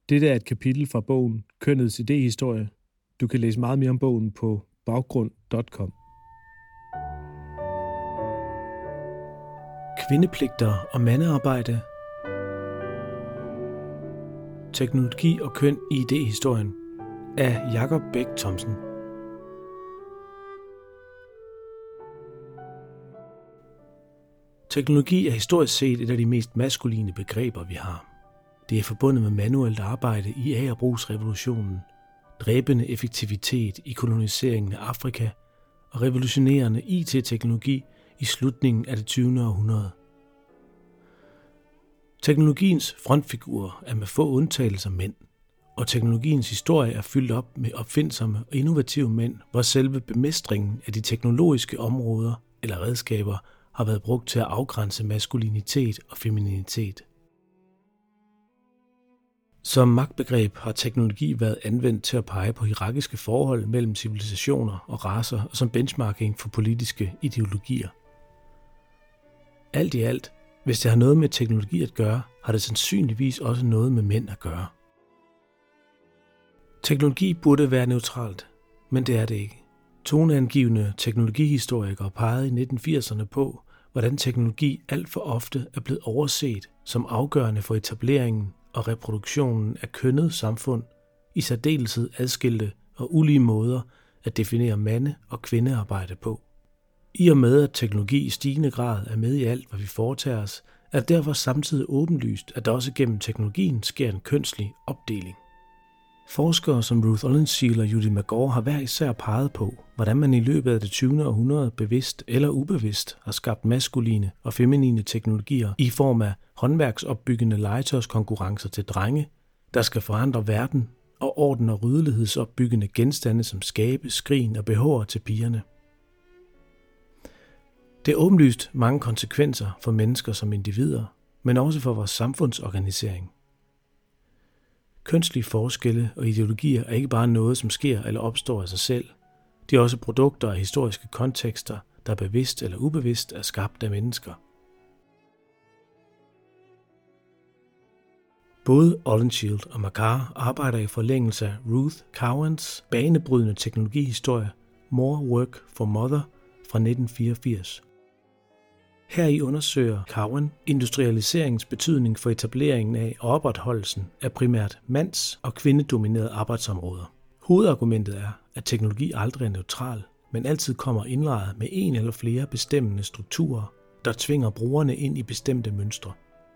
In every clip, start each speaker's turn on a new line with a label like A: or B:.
A: Dette er et kapitel fra bogen Kønnets idéhistorie. Du kan læse meget mere om bogen på baggrund.com. Kvindepligter og mandearbejde. Teknologi og køn i idéhistorien af Jakob Bech Thomsen. Teknologi er historisk set et af de mest maskuline begreber, vi har. Det er forbundet med manuelt arbejde i agerbrugsrevolutionen, dræbende effektivitet i koloniseringen af Afrika og revolutionerende IT-teknologi i slutningen af det 20. århundrede. Teknologiens frontfigurer er med få undtagelser mænd, og teknologiens historie er fyldt op med opfindsomme og innovative mænd, hvor selve bemestringen af de teknologiske områder eller redskaber har været brugt til at afgrænse maskulinitet og femininitet. Som magtbegreb har teknologi været anvendt til at pege på hierarkiske forhold mellem civilisationer og racer og som benchmarking for politiske ideologier. Alt i alt, hvis det har noget med teknologi at gøre, har det sandsynligvis også noget med mænd at gøre. Teknologi burde være neutralt, men det er det ikke. Toneangivende teknologihistorikere pegede i 1980'erne på, hvordan teknologi alt for ofte er blevet overset som afgørende for etableringen og reproduktionen af kønnet samfund, i særdeleshed adskilte og ulige måder at definere mande- og kvindearbejde på. I og med at teknologi i stigende grad er med i alt, hvad vi foretager os, er det derfor samtidig åbenlyst, at der også gennem teknologien sker en kønslig opdeling. Forskere som Ruth Oldenschil og Judy McGaugh har hver især peget på, hvordan man i løbet af det 20. århundrede bevidst eller ubevidst har skabt maskuline og feminine teknologier i form af håndværksopbyggende legetøjskonkurrencer til drenge, der skal forandre verden, og orden- og ryddelighedsopbyggende genstande som skabe, skrin og BH'er til pigerne. Det er åbenlyst mange konsekvenser for mennesker som individer, men også for vores samfundsorganisering. Kønslige forskelle og ideologier er ikke bare noget, som sker eller opstår af sig selv. De er også produkter af historiske kontekster, der bevidst eller ubevidst er skabt af mennesker. Både Oldenschil og McGaugh arbejder i forlængelse af Ruth Cowans banebrydende teknologihistorie More Work for Mother fra 1984. Heri undersøger Cowan industrialiseringens betydning for etableringen af og opretholdelsen af primært mands- og kvindedominerede arbejdsområder. Hovedargumentet er, at teknologi aldrig er neutral, men altid kommer indlejret med en eller flere bestemmende strukturer, der tvinger brugerne ind i bestemte mønstre.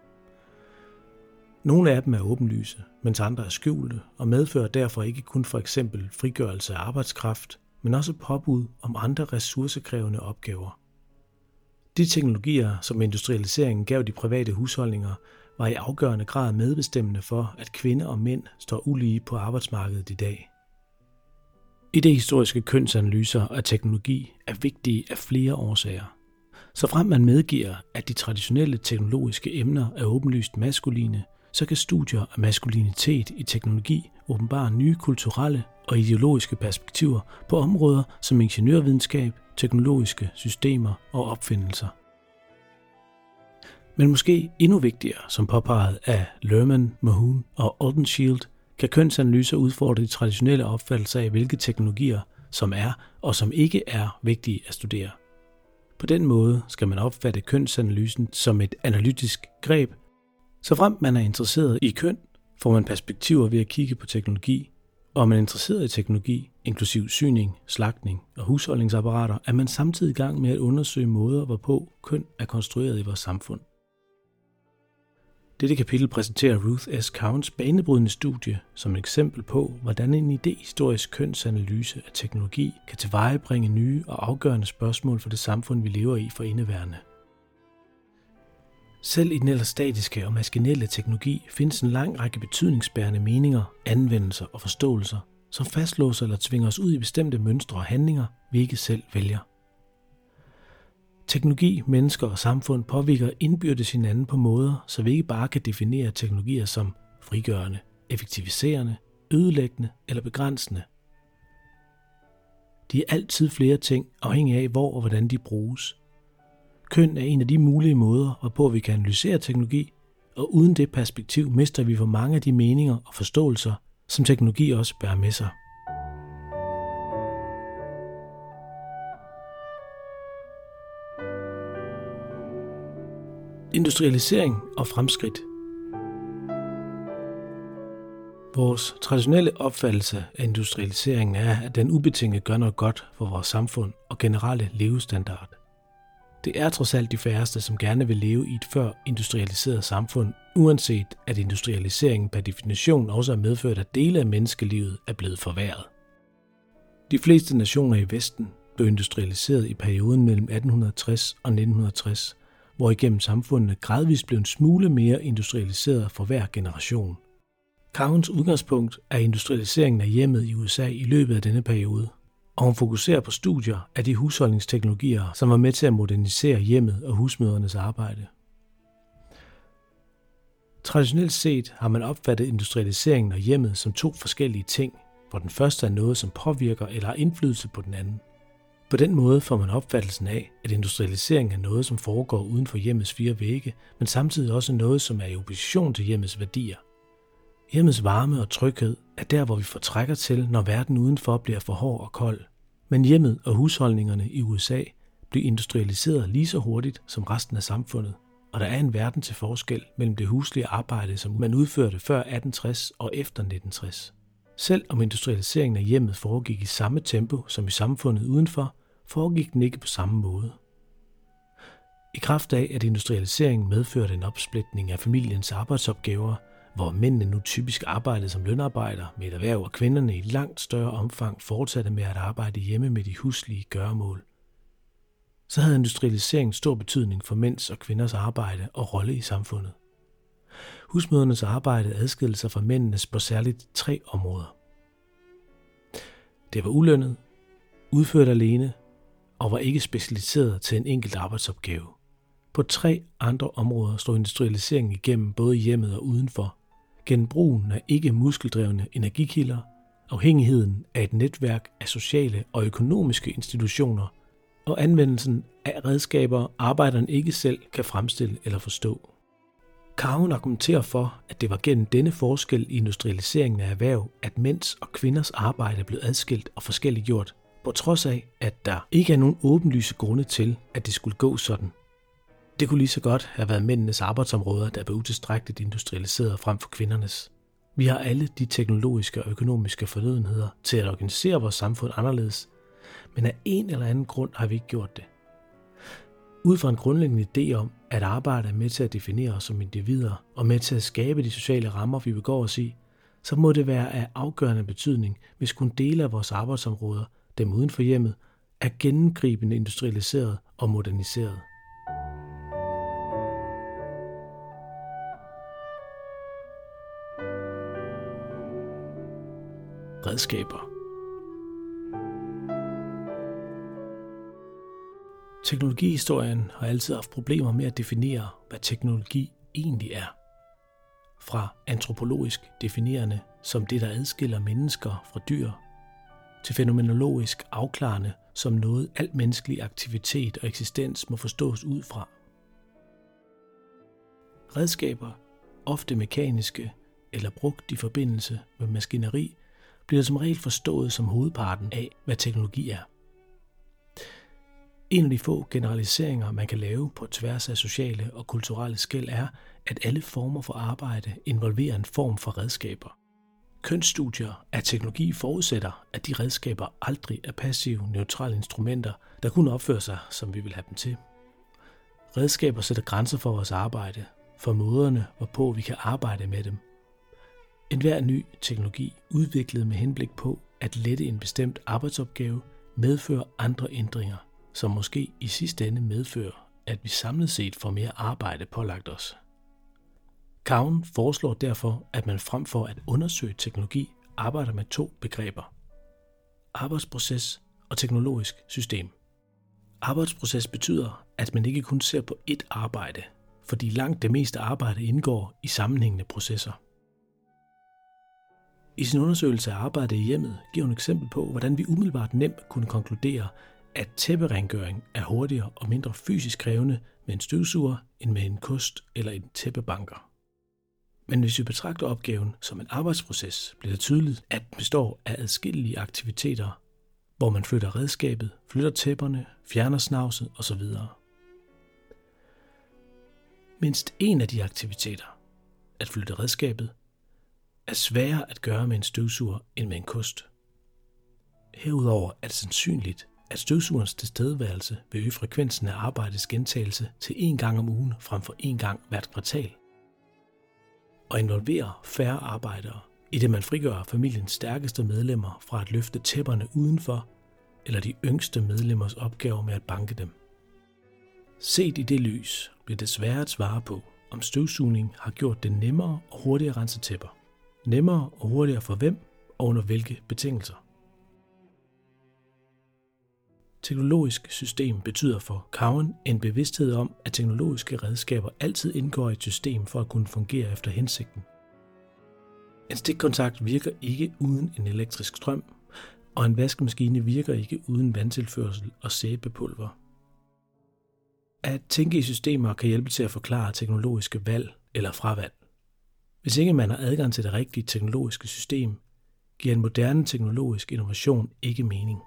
A: Nogle af dem er åbenlyse, mens andre er skjulte og medfører derfor ikke kun for eksempel frigørelse af arbejdskraft, men også påbud om andre ressourcekrævende opgaver. De teknologier, som industrialiseringen gav de private husholdninger, var i afgørende grad medbestemmende for, at kvinder og mænd står ulige på arbejdsmarkedet i dag. Idehistoriske kønsanalyser af teknologi er vigtige af flere årsager. Såfremt man medgiver, at de traditionelle teknologiske emner er åbenlyst maskuline, så kan studier af maskulinitet i teknologi åbenbare nye kulturelle og ideologiske perspektiver på områder som ingeniørvidenskab, teknologiske systemer og opfindelser. Men måske endnu vigtigere, som påpeget af Lerman, Mahon og Oldenschil, kan kønsanalyser udfordre de traditionelle opfattelser af, hvilke teknologier, som er og som ikke er vigtige at studere. På den måde skal man opfatte kønsanalysen som et analytisk greb. Såfremt man er interesseret i køn, får man perspektiver ved at kigge på teknologi, og er man interesseret i teknologi, inklusiv syning, slagtning og husholdningsapparater, er man samtidig i gang med at undersøge måder, hvorpå køn er konstrueret i vores samfund. Dette kapitel præsenterer Ruth S. Cowans banebrydende studie som et eksempel på, hvordan en idehistorisk kønsanalyse af teknologi kan tilvejebringe nye og afgørende spørgsmål for det samfund, vi lever i for indeværende. Selv i den elastatiske og maskinelle teknologi findes en lang række betydningsbærende meninger, anvendelser og forståelser, som fastlåser eller tvinger os ud i bestemte mønstre og handlinger, vi ikke selv vælger. Teknologi, mennesker og samfund påvirker indbyrdes hinanden på måder, så vi ikke bare kan definere teknologier som frigørende, effektiviserende, ødelæggende eller begrænsende. De er altid flere ting, afhængig af hvor og hvordan de bruges. Køn er en af de mulige måder, hvorpå vi kan analysere teknologi, og uden det perspektiv mister vi for mange af de meninger og forståelser, som teknologi også bærer med sig. Industrialisering og fremskridt. Vores traditionelle opfattelse af industrialiseringen er, at den ubetinget gør noget godt for vores samfund og generelle levestandard. Det er trods alt de færreste, som gerne vil leve i et før industrialiseret samfund, uanset at industrialiseringen per definition også har medført, at dele af menneskelivet er blevet forværret. De fleste nationer i Vesten blev industrialiseret i perioden mellem 1860 og 1960, hvor igennem samfundene gradvist blev en smule mere industrialiseret for hver generation. Cowens udgangspunkt er industrialiseringen af hjemmet i USA i løbet af denne periode, og hun fokuserer på studier af de husholdningsteknologier, som var med til at modernisere hjemmet og husmødrenes arbejde. Traditionelt set har man opfattet industrialiseringen af hjemmet som to forskellige ting, hvor den første er noget, som påvirker eller har indflydelse på den anden. På den måde får man opfattelsen af, at industrialisering er noget, som foregår uden for hjemmets fire vægge, men samtidig også noget, som er i opposition til hjemmets værdier. Hjemmets varme og tryghed er der, hvor vi fortrækker til, når verden udenfor bliver for hård og kold. Men hjemmet og husholdningerne i USA blev industrialiseret lige så hurtigt som resten af samfundet, og der er en verden til forskel mellem det huslige arbejde, som man udførte før 1860 og efter 1960. Selv om industrialiseringen af hjemmet foregik i samme tempo som i samfundet udenfor, foregik den ikke på samme måde. I kraft af, at industrialiseringen medførte en opsplitning af familiens arbejdsopgaver, hvor mændene nu typisk arbejdede som lønarbejder med et erhverv, og kvinderne i langt større omfang fortsatte med at arbejde hjemme med de huslige gøremål, så havde industrialiseringen stor betydning for mænds og kvinders arbejde og rolle i samfundet. Husmødrenes arbejde adskilte sig fra mændenes på særligt 3 områder. Det var ulønnet, udført alene og var ikke specialiseret til en enkelt arbejdsopgave. På 3 andre områder slog industrialiseringen igennem både i hjemmet og udenfor, gennem brugen af ikke muskeldrevne energikilder, afhængigheden af et netværk af sociale og økonomiske institutioner og anvendelsen af redskaber, arbejderen ikke selv kan fremstille eller forstå. Cowen argumenterer for, at det var gennem denne forskel i industrialiseringen af erhverv, at mænds og kvinders arbejde blev adskilt og forskelliggjort, på trods af, at der ikke er nogen åbenlyse grunde til, at det skulle gå sådan. Det kunne lige så godt have været mændenes arbejdsområder, der blev utilstrækkeligt industrialiseret frem for kvindernes. Vi har alle de teknologiske og økonomiske fornødenheder til at organisere vores samfund anderledes, men af en eller anden grund har vi ikke gjort det. Ud fra en grundlæggende idé om, at arbejde er med til at definere os som individer og med til at skabe de sociale rammer, vi begår os i, så må det være af afgørende betydning, hvis kun dele af vores arbejdsområder, dem uden for hjemmet, er gennemgribende industrialiseret og moderniseret. Redskaber. Teknologihistorien har altid haft problemer med at definere, hvad teknologi egentlig er. Fra antropologisk definerende som det, der adskiller mennesker fra dyr, til fænomenologisk afklarende som noget al menneskelig aktivitet og eksistens må forstås ud fra. Redskaber, ofte mekaniske eller brugt i forbindelse med maskineri, bliver som regel forstået som hovedparten af, hvad teknologi er. En af de få generaliseringer, man kan lave på tværs af sociale og kulturelle skel, er, at alle former for arbejde involverer en form for redskaber. Kønsstudier af teknologi forudsætter, at de redskaber aldrig er passive, neutrale instrumenter, der kun opfører sig, som vi vil have dem til. Redskaber sætter grænser for vores arbejde, for måderne, hvorpå vi kan arbejde med dem. Enhver ny teknologi, udviklet med henblik på at lette en bestemt arbejdsopgave, medfører andre ændringer, som måske i sidste ende medfører, at vi samlet set får mere arbejde pålagt os. Cowen foreslår derfor, at man frem for at undersøge teknologi, arbejder med 2 begreber: arbejdsproces og teknologisk system. Arbejdsproces betyder, at man ikke kun ser på ét arbejde, fordi langt det meste arbejde indgår i sammenhængende processer. I sin undersøgelse af arbejdet i hjemmet giver hun eksempel på, hvordan vi umiddelbart nemt kunne konkludere, at tæpperengøring er hurtigere og mindre fysisk krævende med en støvsuger end med en kost eller en tæppebanker. Men hvis vi betragter opgaven som en arbejdsproces, bliver det tydeligt, at den består af adskillige aktiviteter, hvor man flytter redskabet, flytter tæpperne, fjerner snavset osv. Mindst en af de aktiviteter, at flytte redskabet, er sværere at gøre med en støvsuger end med en kost. Herudover er det sandsynligt, at støvsugerens tilstedeværelse vil øge frekvensen af arbejdets gentagelse til 1 gang om ugen frem for 1 gang hvert kvartal, og involverer færre arbejdere, i det man frigør familiens stærkeste medlemmer fra at løfte tæpperne udenfor, eller de yngste medlemmers opgaver med at banke dem. Set i det lys bliver det svært at svare på, om støvsugning har gjort det nemmere og hurtigere at rense tæpper. Nemmere og hurtigere for hvem og under hvilke betingelser. Teknologisk system betyder for Cowen en bevidsthed om, at teknologiske redskaber altid indgår i et system for at kunne fungere efter hensigten. En stikkontakt virker ikke uden en elektrisk strøm, og en vaskemaskine virker ikke uden vandtilførsel og sæbepulver. At tænke i systemer kan hjælpe til at forklare teknologiske valg eller fravalg. Hvis ikke man har adgang til det rigtige teknologiske system, giver en moderne teknologisk innovation ikke mening.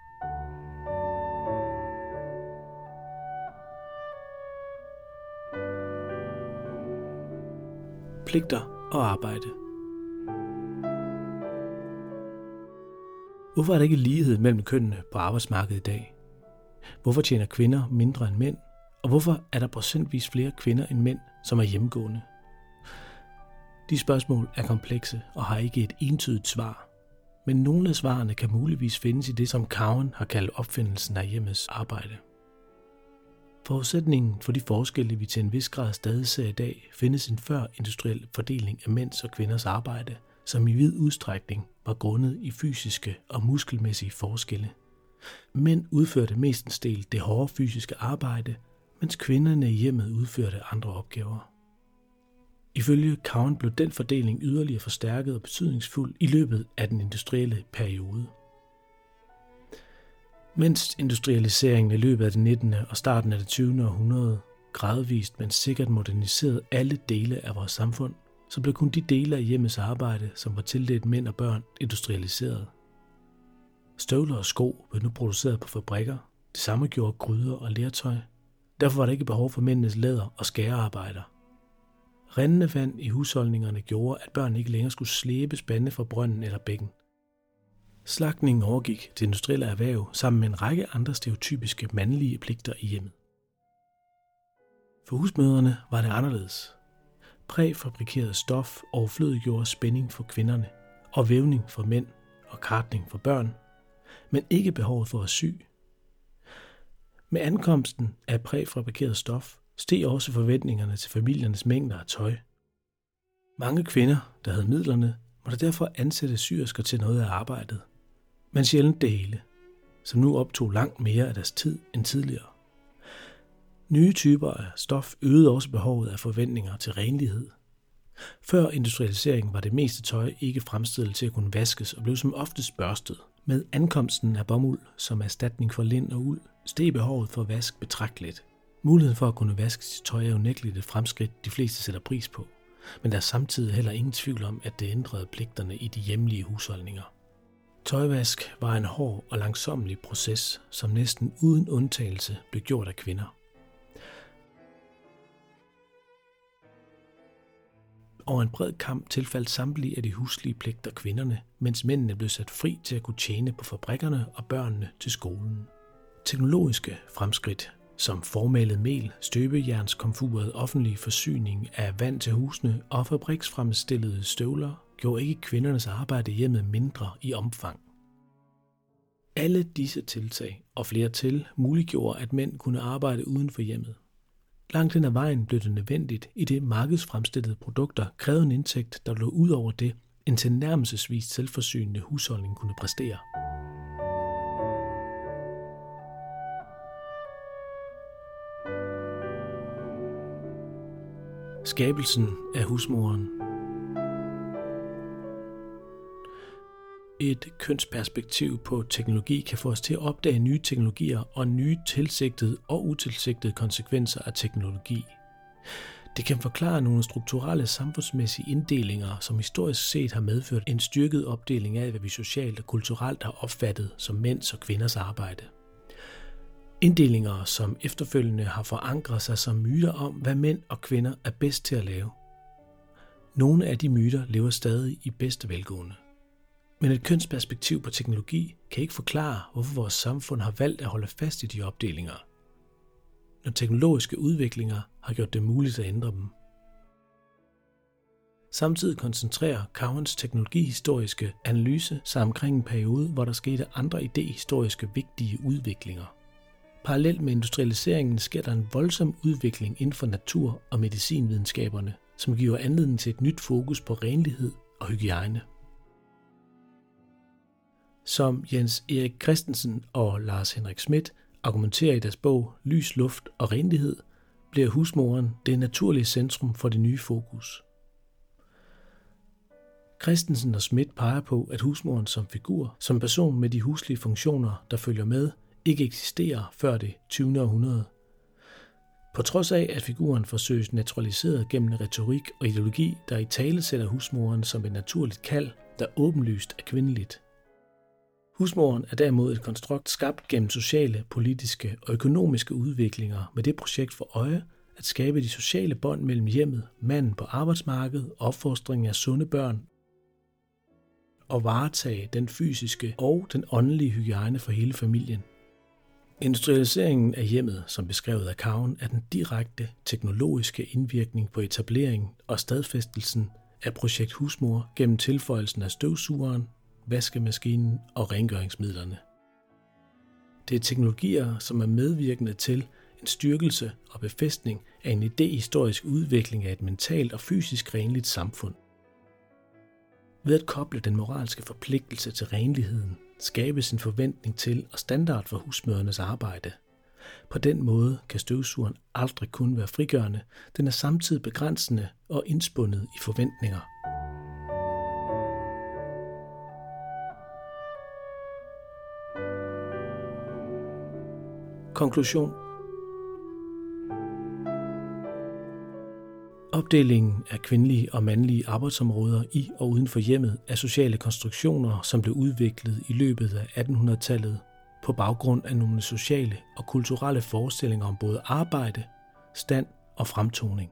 A: Pligter og arbejde. Hvorfor er der ikke lighed mellem kønnene på arbejdsmarkedet i dag? Hvorfor tjener kvinder mindre end mænd? Og hvorfor er der procentvis flere kvinder end mænd, som er hjemmegående? De spørgsmål er komplekse og har ikke et entydigt svar. Men nogle af svarene kan muligvis findes i det, som Cowen har kaldt opfindelsen af hjemmets arbejde. Forudsætningen for de forskelle, vi til en vis grad stadig ser i dag, findes en før-industriel fordeling af mænds og kvinders arbejde, som i vid udstrækning var grundet i fysiske og muskelmæssige forskelle. Mænd udførte mestendels det hårde fysiske arbejde, mens kvinderne i hjemmet udførte andre opgaver. Ifølge Cowen blev den fordeling yderligere forstærket og betydningsfuld i løbet af den industrielle periode. Mens industrialiseringen i løbet af det 19. og starten af det 20. århundrede gradvist, men sikkert moderniserede alle dele af vores samfund, så blev kun de dele af hjemmets arbejde, som var tildelt mænd og børn, industrialiseret. Støvler og sko blev nu produceret på fabrikker. Det samme gjorde gryder og lertøj. Derfor var der ikke behov for mændenes læder og skærearbejder. Rindende vand i husholdningerne gjorde, at børn ikke længere skulle slæbe spande fra brønden eller bækken. Slagtningen overgik til industrielle erhverv sammen med en række andre stereotypiske mandlige pligter i hjemmet. For husmødrene var det anderledes. Præfabrikeret stof overflødiggjorde spænding for kvinderne, og vævning for mænd og kartning for børn, men ikke behovet for at sy. Med ankomsten af præfabrikeret stof steg også forventningerne til familiernes mængder af tøj. Mange kvinder, der havde midlerne, måtte derfor ansætte syersker til noget af arbejdet, men sjældent det hele, som nu optog langt mere af deres tid end tidligere. Nye typer af stof øgede også behovet af forventninger til renlighed. Før industrialiseringen var det meste tøj ikke fremstillet til at kunne vaskes og blev som oftest børstet. Med ankomsten af bomuld som erstatning for lind og uld, steg behovet for vask betragteligt. Muligheden for at kunne vaske sit tøj er unægteligt et fremskridt, de fleste sætter pris på, men der er samtidig heller ingen tvivl om, at det ændrede pligterne i de hjemlige husholdninger. Tøjvask var en hård og langsommelig proces, som næsten uden undtagelse blev gjort af kvinder. Over en bred kamp tilfaldt samtlige af de huslige pligter kvinderne, mens mændene blev sat fri til at kunne tjene på fabrikkerne og børnene til skolen. Teknologiske fremskridt, som formalet mel, støbejernskomfuret, offentlig forsyning af vand til husene og fabriksfremstillede støvler, gjorde ikke kvindernes arbejde hjemme mindre i omfang. Alle disse tiltag og flere til muliggjorde, at mænd kunne arbejde uden for hjemmet. Langt hen ad vejen blev det nødvendigt, i det markedsfremstillede produkter krævede en indtægt, der lå ud over det, en tilnærmelsesvis selvforsynende husholdning kunne præstere. Skabelsen af husmoren. Et kønsperspektiv på teknologi kan få os til at opdage nye teknologier og nye tilsigtede og utilsigtede konsekvenser af teknologi. Det kan forklare nogle strukturelle samfundsmæssige inddelinger, som historisk set har medført en styrket opdeling af, hvad vi socialt og kulturelt har opfattet som mænds og kvinders arbejde. Inddelinger, som efterfølgende har forankret sig som myter om, hvad mænd og kvinder er bedst til at lave. Nogle af de myter lever stadig i bedste velgående. Men et kønsperspektiv på teknologi kan ikke forklare, hvorfor vores samfund har valgt at holde fast i de opdelinger, når teknologiske udviklinger har gjort det muligt at ændre dem. Samtidig koncentrerer Cowans teknologihistoriske analyse sig omkring en periode, hvor der skete andre idehistoriske vigtige udviklinger. Parallelt med industrialiseringen sker der en voldsom udvikling inden for natur- og medicinvidenskaberne, som giver anledning til et nyt fokus på renlighed og hygiejne. Som Jens Erik Christensen og Lars Henrik Schmidt argumenterer i deres bog Lys, luft og renlighed, bliver husmoren det naturlige centrum for det nye fokus. Christensen og Schmidt peger på, at husmoren som figur, som person med de huslige funktioner, der følger med, ikke eksisterer før det 20. århundrede. På trods af, at figuren forsøges naturaliseret gennem retorik og ideologi, der italesætter husmoren som et naturligt kald, der åbenlyst er kvindeligt. Husmoren er derimod et konstrukt skabt gennem sociale, politiske og økonomiske udviklinger med det projekt for øje at skabe de sociale bånd mellem hjemmet, manden på arbejdsmarkedet, opfostringen af sunde børn og varetage den fysiske og den åndelige hygiejne for hele familien. Industrialiseringen af hjemmet, som beskrevet af Cowan, er den direkte teknologiske indvirkning på etableringen og stadfæstelsen af projekt husmor gennem tilføjelsen af støvsugeren, vaskemaskinen og rengøringsmidlerne. Det er teknologier, som er medvirkende til en styrkelse og befæstning af en idehistorisk udvikling af et mentalt og fysisk renligt samfund. Ved at koble den moralske forpligtelse til renligheden, skabes en forventning til og standard for husmødrenes arbejde. På den måde kan støvsugeren aldrig kun være frigørende, den er samtidig begrænsende og indspundet i forventninger. Konklusion. Opdelingen af kvindelige og mandlige arbejdsområder i og uden for hjemmet er sociale konstruktioner, som blev udviklet i løbet af 1800-tallet på baggrund af nogle sociale og kulturelle forestillinger om både arbejde, stand og fremtoning.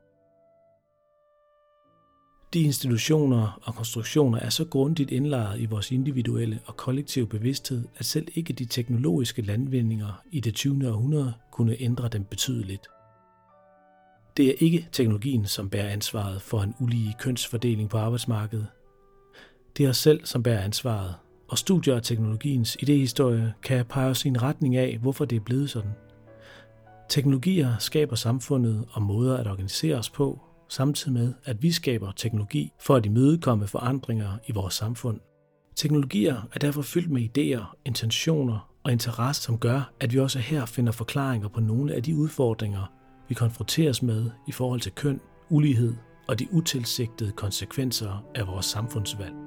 A: De institutioner og konstruktioner er så grundigt indlejret i vores individuelle og kollektive bevidsthed, at selv ikke de teknologiske landvindinger i det 20. århundrede kunne ændre dem betydeligt. Det er ikke teknologien, som bærer ansvaret for en ulige kønsfordeling på arbejdsmarkedet. Det er os selv, som bærer ansvaret, og studier af teknologiens idéhistorie kan pege os i en retning af, hvorfor det er blevet sådan. Teknologier skaber samfundet og måder at organisere os på, samtidig med, at vi skaber teknologi for at imødekomme forandringer i vores samfund. Teknologier er derfor fyldt med idéer, intentioner og interesse, som gør, at vi også her finder forklaringer på nogle af de udfordringer, vi konfronteres med i forhold til køn, ulighed og de utilsigtede konsekvenser af vores samfundsvalg.